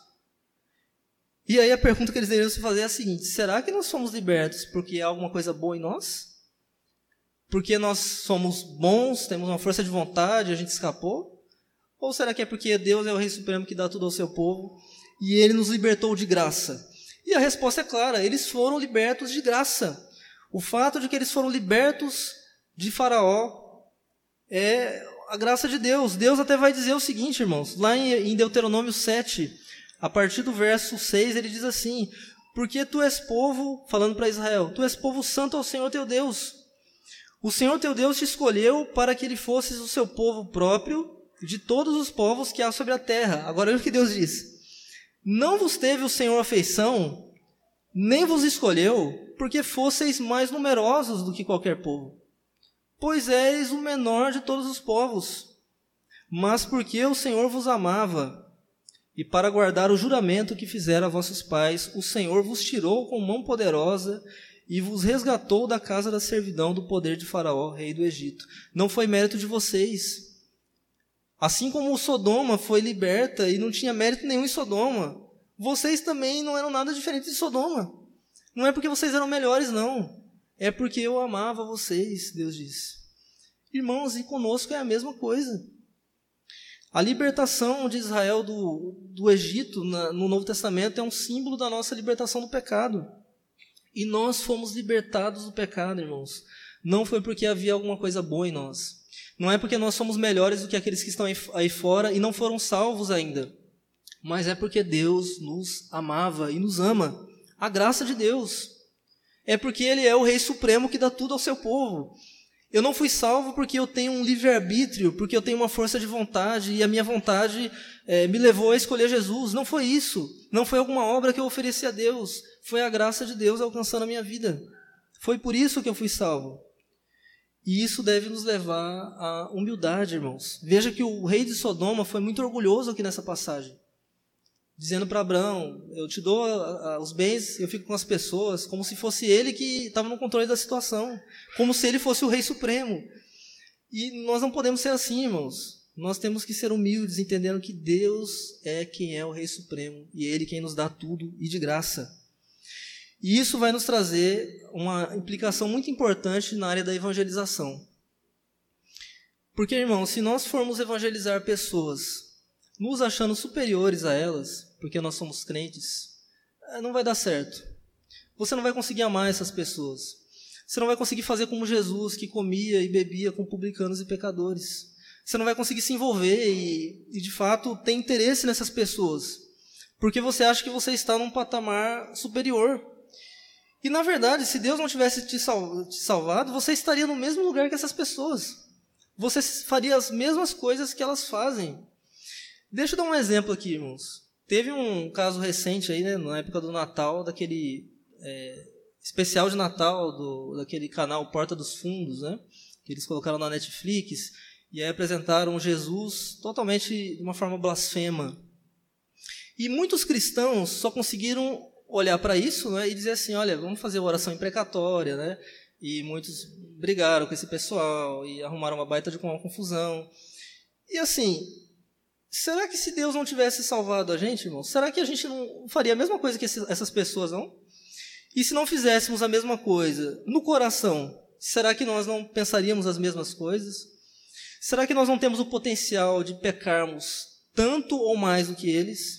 E aí a pergunta que eles deveriam se fazer é a seguinte: será que nós fomos libertos porque há alguma coisa boa em nós? Porque nós somos bons, temos uma força de vontade, a gente escapou? Ou será que é porque Deus é o Rei Supremo que dá tudo ao seu povo e Ele nos libertou de graça? E a resposta é clara, eles foram libertos de graça. O fato de que eles foram libertos de Faraó é a graça de Deus. Deus até vai dizer o seguinte, irmãos, lá em Deuteronômio 7, a partir do verso 6, ele diz assim: porque tu és povo, falando para Israel, tu és povo santo ao Senhor teu Deus. O Senhor teu Deus te escolheu para que ele fosses o seu povo próprio de todos os povos que há sobre a terra. Agora olha o que Deus diz: não vos teve o Senhor afeição, nem vos escolheu, porque fosseis mais numerosos do que qualquer povo, pois és o menor de todos os povos, mas porque o Senhor vos amava, e para guardar o juramento que fizera a vossos pais, o Senhor vos tirou com mão poderosa e vos resgatou da casa da servidão do poder de Faraó, rei do Egito. Não foi mérito de vocês. Assim como Sodoma foi liberta e não tinha mérito nenhum em Sodoma, vocês também não eram nada diferente de Sodoma. Não é porque vocês eram melhores, não. É porque eu amava vocês, Deus diz. Irmãos, e conosco é a mesma coisa. A libertação de Israel do Egito no Novo Testamento é um símbolo da nossa libertação do pecado. E nós fomos libertados do pecado, irmãos. Não foi porque havia alguma coisa boa em nós. Não é porque nós somos melhores do que aqueles que estão aí fora e não foram salvos ainda. Mas é porque Deus nos amava e nos ama. A graça de Deus. É porque Ele é o Rei Supremo que dá tudo ao seu povo. Eu não fui salvo porque eu tenho um livre-arbítrio, porque eu tenho uma força de vontade e a minha vontade me levou a escolher Jesus. Não foi isso. Não foi alguma obra que eu ofereci a Deus. Foi a graça de Deus alcançando a minha vida. Foi por isso que eu fui salvo. E isso deve nos levar à humildade, irmãos. Veja que o rei de Sodoma foi muito orgulhoso aqui nessa passagem, dizendo para Abraão: eu te dou os bens, eu fico com as pessoas, como se fosse ele que estava no controle da situação, como se ele fosse o Rei Supremo. E nós não podemos ser assim, irmãos. Nós temos que ser humildes, entendendo que Deus é quem é o Rei Supremo, e Ele quem nos dá tudo e de graça. E isso vai nos trazer uma implicação muito importante na área da evangelização. Porque, irmãos, se nós formos evangelizar pessoas, nos achando superiores a elas, porque nós somos crentes, não vai dar certo. Você não vai conseguir amar essas pessoas. Você não vai conseguir fazer como Jesus, que comia e bebia com publicanos e pecadores. Você não vai conseguir se envolver e de fato, ter interesse nessas pessoas, porque você acha que você está num patamar superior. E, na verdade, se Deus não tivesse te salvado, você estaria no mesmo lugar que essas pessoas. Você faria as mesmas coisas que elas fazem. Deixa eu dar um exemplo aqui, irmãos. Teve um caso recente aí, né, na época do Natal, daquele especial de Natal daquele canal Porta dos Fundos, né, que eles colocaram na Netflix, e aí apresentaram Jesus totalmente de uma forma blasfema. E muitos cristãos só conseguiram olhar para isso, né, e dizer assim, olha, vamos fazer oração imprecatória, né? E muitos brigaram com esse pessoal e arrumaram uma baita de uma confusão. E assim, será que se Deus não tivesse salvado a gente, irmão, será que a gente não faria a mesma coisa que essas pessoas, não? E se não fizéssemos a mesma coisa no coração, será que nós não pensaríamos as mesmas coisas? Será que nós não temos o potencial de pecarmos tanto ou mais do que eles?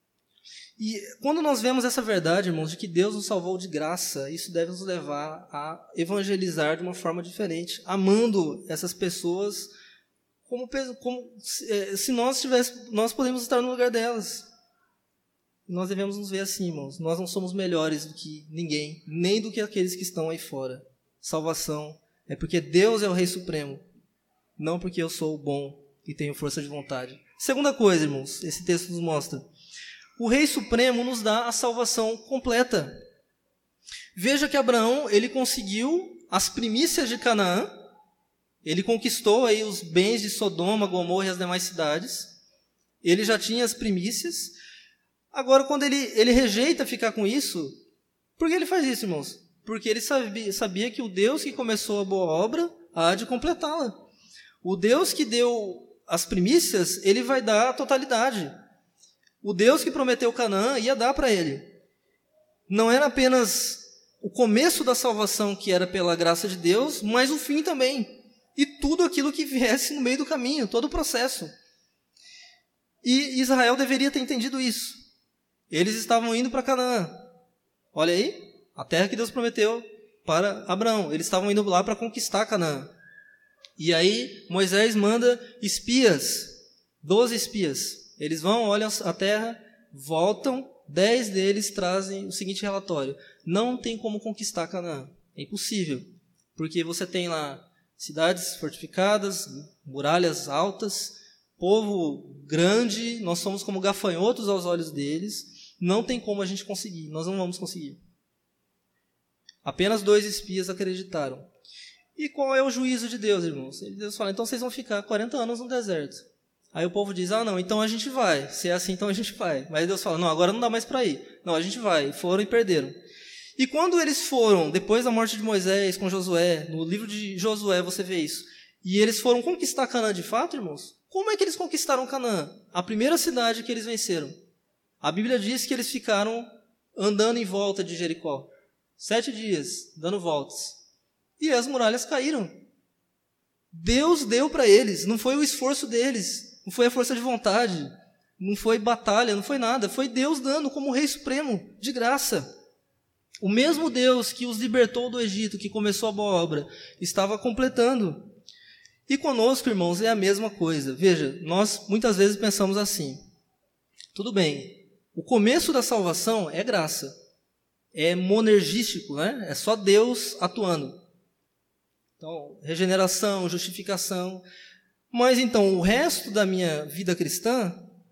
E quando nós vemos essa verdade, irmãos, de que Deus nos salvou de graça, isso deve nos levar a evangelizar de uma forma diferente, amando essas pessoas como se nós podemos estar no lugar delas. Nós devemos nos ver assim, irmãos. Nós não somos melhores do que ninguém, nem do que aqueles que estão aí fora. Salvação é porque Deus é o Rei Supremo, não porque eu sou bom e tenho força de vontade. Segunda coisa, irmãos, esse texto nos mostra. O Rei Supremo nos dá a salvação completa. Veja que Abraão, ele conseguiu as primícias de Canaã, ele conquistou aí os bens de Sodoma, Gomorra e as demais cidades, ele já tinha as primícias. Agora, quando ele rejeita ficar com isso, por que ele faz isso, irmãos? Porque ele sabia que o Deus que começou a boa obra há de completá-la. O Deus que deu as primícias, ele vai dar a totalidade. O Deus que prometeu Canaã ia dar para ele. Não era apenas o começo da salvação, que era pela graça de Deus, mas o fim também. E tudo aquilo que viesse no meio do caminho, todo o processo. E Israel deveria ter entendido isso. Eles estavam indo para Canaã. Olha aí, a terra que Deus prometeu para Abraão. Eles estavam indo lá para conquistar Canaã. E aí Moisés manda espias, 12 espias. Eles vão, olham a terra, voltam, 10 deles trazem o seguinte relatório: não tem como conquistar Canaã, é impossível, porque você tem lá cidades fortificadas, muralhas altas, povo grande, nós somos como gafanhotos aos olhos deles, não tem como a gente conseguir, nós não vamos conseguir. Apenas 2 espias acreditaram. E qual é o juízo de Deus, irmãos? Deus fala, então vocês vão ficar 40 anos no deserto. Aí o povo diz, não, então a gente vai. Se é assim, então a gente vai. Mas Deus fala, não, agora não dá mais para ir. Não, a gente vai. Foram e perderam. E quando eles foram, depois da morte de Moisés com Josué, no livro de Josué você vê isso, e eles foram conquistar Canaã de fato, irmãos, como é que eles conquistaram Canaã? A primeira cidade que eles venceram. A Bíblia diz que eles ficaram andando em volta de Jericó. 7 dias, dando voltas. E as muralhas caíram. Deus deu para eles, não foi o esforço deles, não foi a força de vontade, não foi batalha, não foi nada, foi Deus dando como Rei Supremo, de graça. O mesmo Deus que os libertou do Egito, que começou a boa obra, estava completando. E conosco, irmãos, é a mesma coisa. Veja, nós muitas vezes pensamos assim, tudo bem, o começo da salvação é graça, é monergístico, né? É só Deus atuando. Então, regeneração, justificação. Mas então, o resto da minha vida cristã,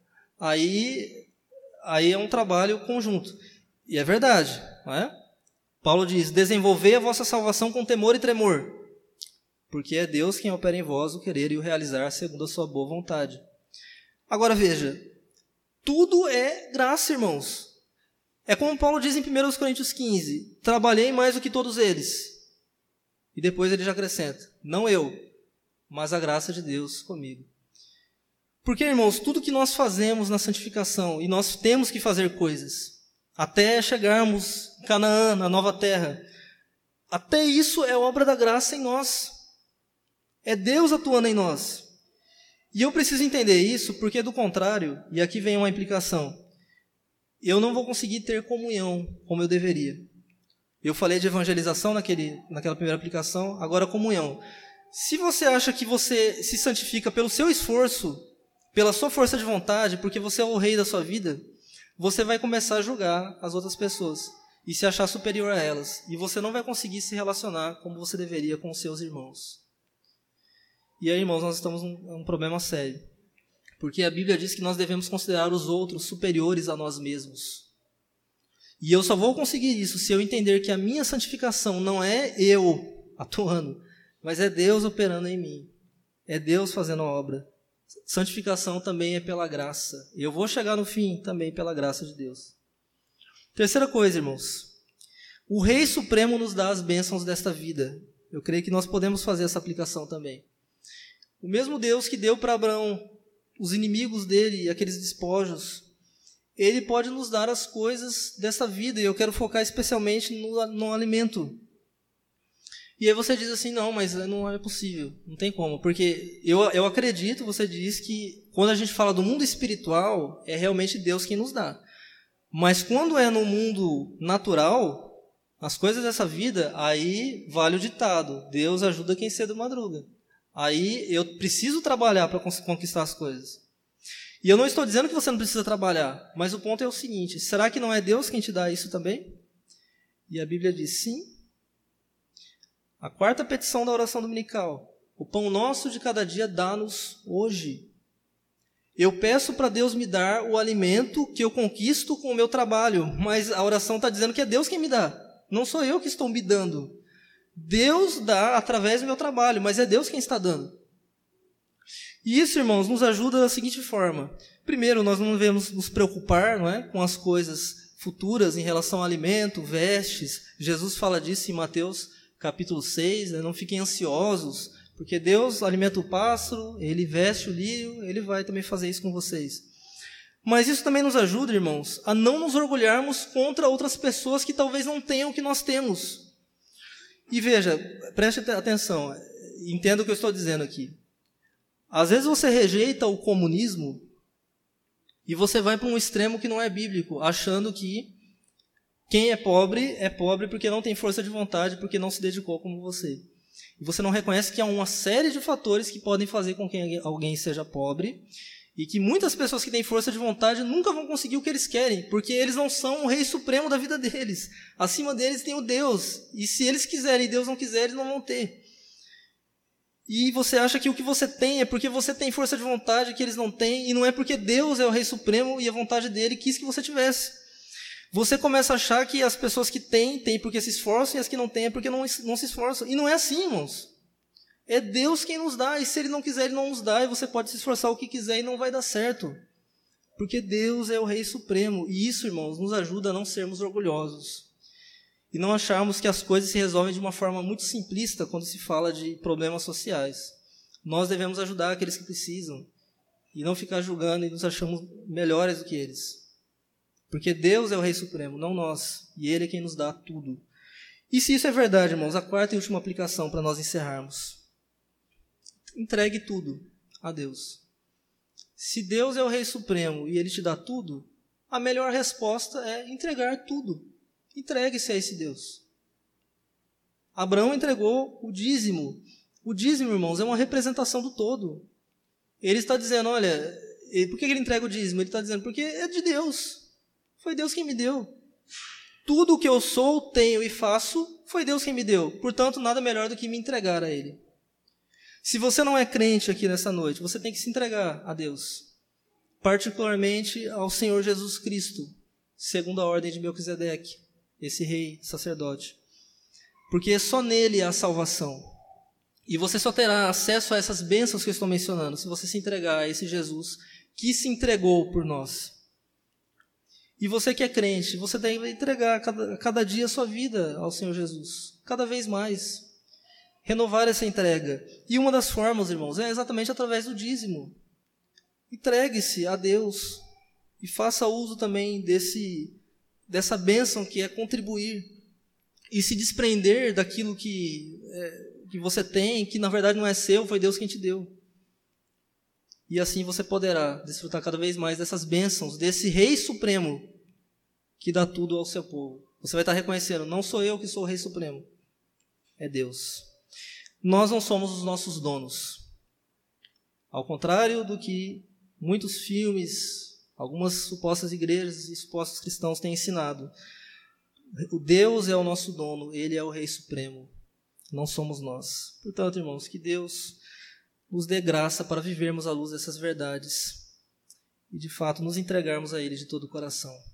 aí é um trabalho conjunto. E é verdade, não é? Paulo diz, desenvolvei a vossa salvação com temor e tremor, porque é Deus quem opera em vós o querer e o realizar segundo a sua boa vontade. Agora veja, tudo é graça, irmãos. É como Paulo diz em 1 Coríntios 15, trabalhei mais do que todos eles. E depois ele já acrescenta, não eu, mas a graça de Deus comigo. Porque, irmãos, tudo que nós fazemos na santificação, e nós temos que fazer coisas, até chegarmos em Canaã, na nova terra, até isso é obra da graça em nós. É Deus atuando em nós. E eu preciso entender isso porque, do contrário, e aqui vem uma implicação, eu não vou conseguir ter comunhão como eu deveria. Eu falei de evangelização naquela primeira aplicação, agora comunhão. Se você acha que você se santifica pelo seu esforço, pela sua força de vontade, porque você é o rei da sua vida, você vai começar a julgar as outras pessoas e se achar superior a elas. E você não vai conseguir se relacionar como você deveria com os seus irmãos. E aí, irmãos, nós estamos num problema sério. Porque a Bíblia diz que nós devemos considerar os outros superiores a nós mesmos. E eu só vou conseguir isso se eu entender que a minha santificação não é eu atuando, mas é Deus operando em mim. É Deus fazendo a obra. Santificação também é pela graça. E eu vou chegar no fim também pela graça de Deus. Terceira coisa, irmãos. O Rei Supremo nos dá as bênçãos desta vida. Eu creio que nós podemos fazer essa aplicação também. O mesmo Deus que deu para Abraão os inimigos dele, aqueles despojos, ele pode nos dar as coisas dessa vida. E eu quero focar especialmente no alimento. E aí você diz assim, não, mas não é possível, não tem como. Porque eu acredito, você diz que quando a gente fala do mundo espiritual, é realmente Deus quem nos dá. Mas quando é no mundo natural, as coisas dessa vida, aí vale o ditado, Deus ajuda quem cedo madruga. Aí eu preciso trabalhar para conquistar as coisas. E eu não estou dizendo que você não precisa trabalhar, mas o ponto é o seguinte, será que não é Deus quem te dá isso também? E a Bíblia diz sim. A quarta petição da oração dominical, o pão nosso de cada dia dá-nos hoje. Eu peço para Deus me dar o alimento que eu conquisto com o meu trabalho, mas a oração está dizendo que é Deus quem me dá, não sou eu que estou me dando. Deus dá através do meu trabalho, mas é Deus quem está dando. E isso, irmãos, nos ajuda da seguinte forma. Primeiro, nós não devemos nos preocupar, não é, com as coisas futuras em relação ao alimento, vestes. Jesus fala disso em Mateus capítulo 6, né? Não fiquem ansiosos, porque Deus alimenta o pássaro, Ele veste o lírio, Ele vai também fazer isso com vocês. Mas isso também nos ajuda, irmãos, a não nos orgulharmos contra outras pessoas que talvez não tenham o que nós temos. E veja, preste atenção, entenda o que eu estou dizendo aqui. Às vezes você rejeita o comunismo e você vai para um extremo que não é bíblico, achando que quem é pobre porque não tem força de vontade, porque não se dedicou como você. E você não reconhece que há uma série de fatores que podem fazer com que alguém seja pobre e que muitas pessoas que têm força de vontade nunca vão conseguir o que eles querem, porque eles não são o rei supremo da vida deles. Acima deles tem o Deus. E se eles quiserem e Deus não quiser, eles não vão ter. E você acha que o que você tem é porque você tem força de vontade que eles não têm, e não é porque Deus é o rei supremo e a vontade dele quis que você tivesse. Você começa a achar que as pessoas que têm porque se esforçam, e as que não têm é porque não se esforçam. E não é assim, irmãos. É Deus quem nos dá, e se Ele não quiser, Ele não nos dá, e você pode se esforçar o que quiser e não vai dar certo. Porque Deus é o Rei Supremo, e isso, irmãos, nos ajuda a não sermos orgulhosos. E não acharmos que as coisas se resolvem de uma forma muito simplista quando se fala de problemas sociais. Nós devemos ajudar aqueles que precisam, e não ficar julgando e nos achamos melhores do que eles. Porque Deus é o Rei Supremo, não nós, e Ele é quem nos dá tudo. E se isso é verdade, irmãos, a quarta e última aplicação para nós encerrarmos. Entregue tudo a Deus. Se Deus é o Rei Supremo e Ele te dá tudo, a melhor resposta é entregar tudo. Entregue-se a esse Deus. Abraão entregou o dízimo. O dízimo, irmãos, é uma representação do todo. Ele está dizendo, olha, por que ele entrega o dízimo? Ele está dizendo, porque é de Deus. Foi Deus quem me deu. Tudo o que eu sou, tenho e faço, foi Deus quem me deu. Portanto, nada melhor do que me entregar a Ele. Se você não é crente aqui nessa noite, você tem que se entregar a Deus, particularmente ao Senhor Jesus Cristo, segundo a ordem de Melquisedeque, esse rei sacerdote. Porque só nele há salvação. E você só terá acesso a essas bênçãos que eu estou mencionando, se você se entregar a esse Jesus que se entregou por nós. E você que é crente, você deve entregar cada dia a sua vida ao Senhor Jesus, cada vez mais. Renovar essa entrega. E uma das formas, irmãos, é exatamente através do dízimo. Entregue-se a Deus e faça uso também dessa bênção que é contribuir e se desprender daquilo que você tem, que na verdade não é seu, foi Deus quem te deu. E assim você poderá desfrutar cada vez mais dessas bênçãos, desse Rei Supremo que dá tudo ao seu povo. Você vai estar reconhecendo, não sou eu que sou o Rei Supremo, é Deus. Nós não somos os nossos donos. Ao contrário do que muitos filmes, algumas supostas igrejas e supostos cristãos têm ensinado. O Deus é o nosso dono, Ele é o Rei Supremo, não somos nós. Portanto, irmãos, que Deus nos dê graça para vivermos à luz dessas verdades e, de fato, nos entregarmos a Ele de todo o coração.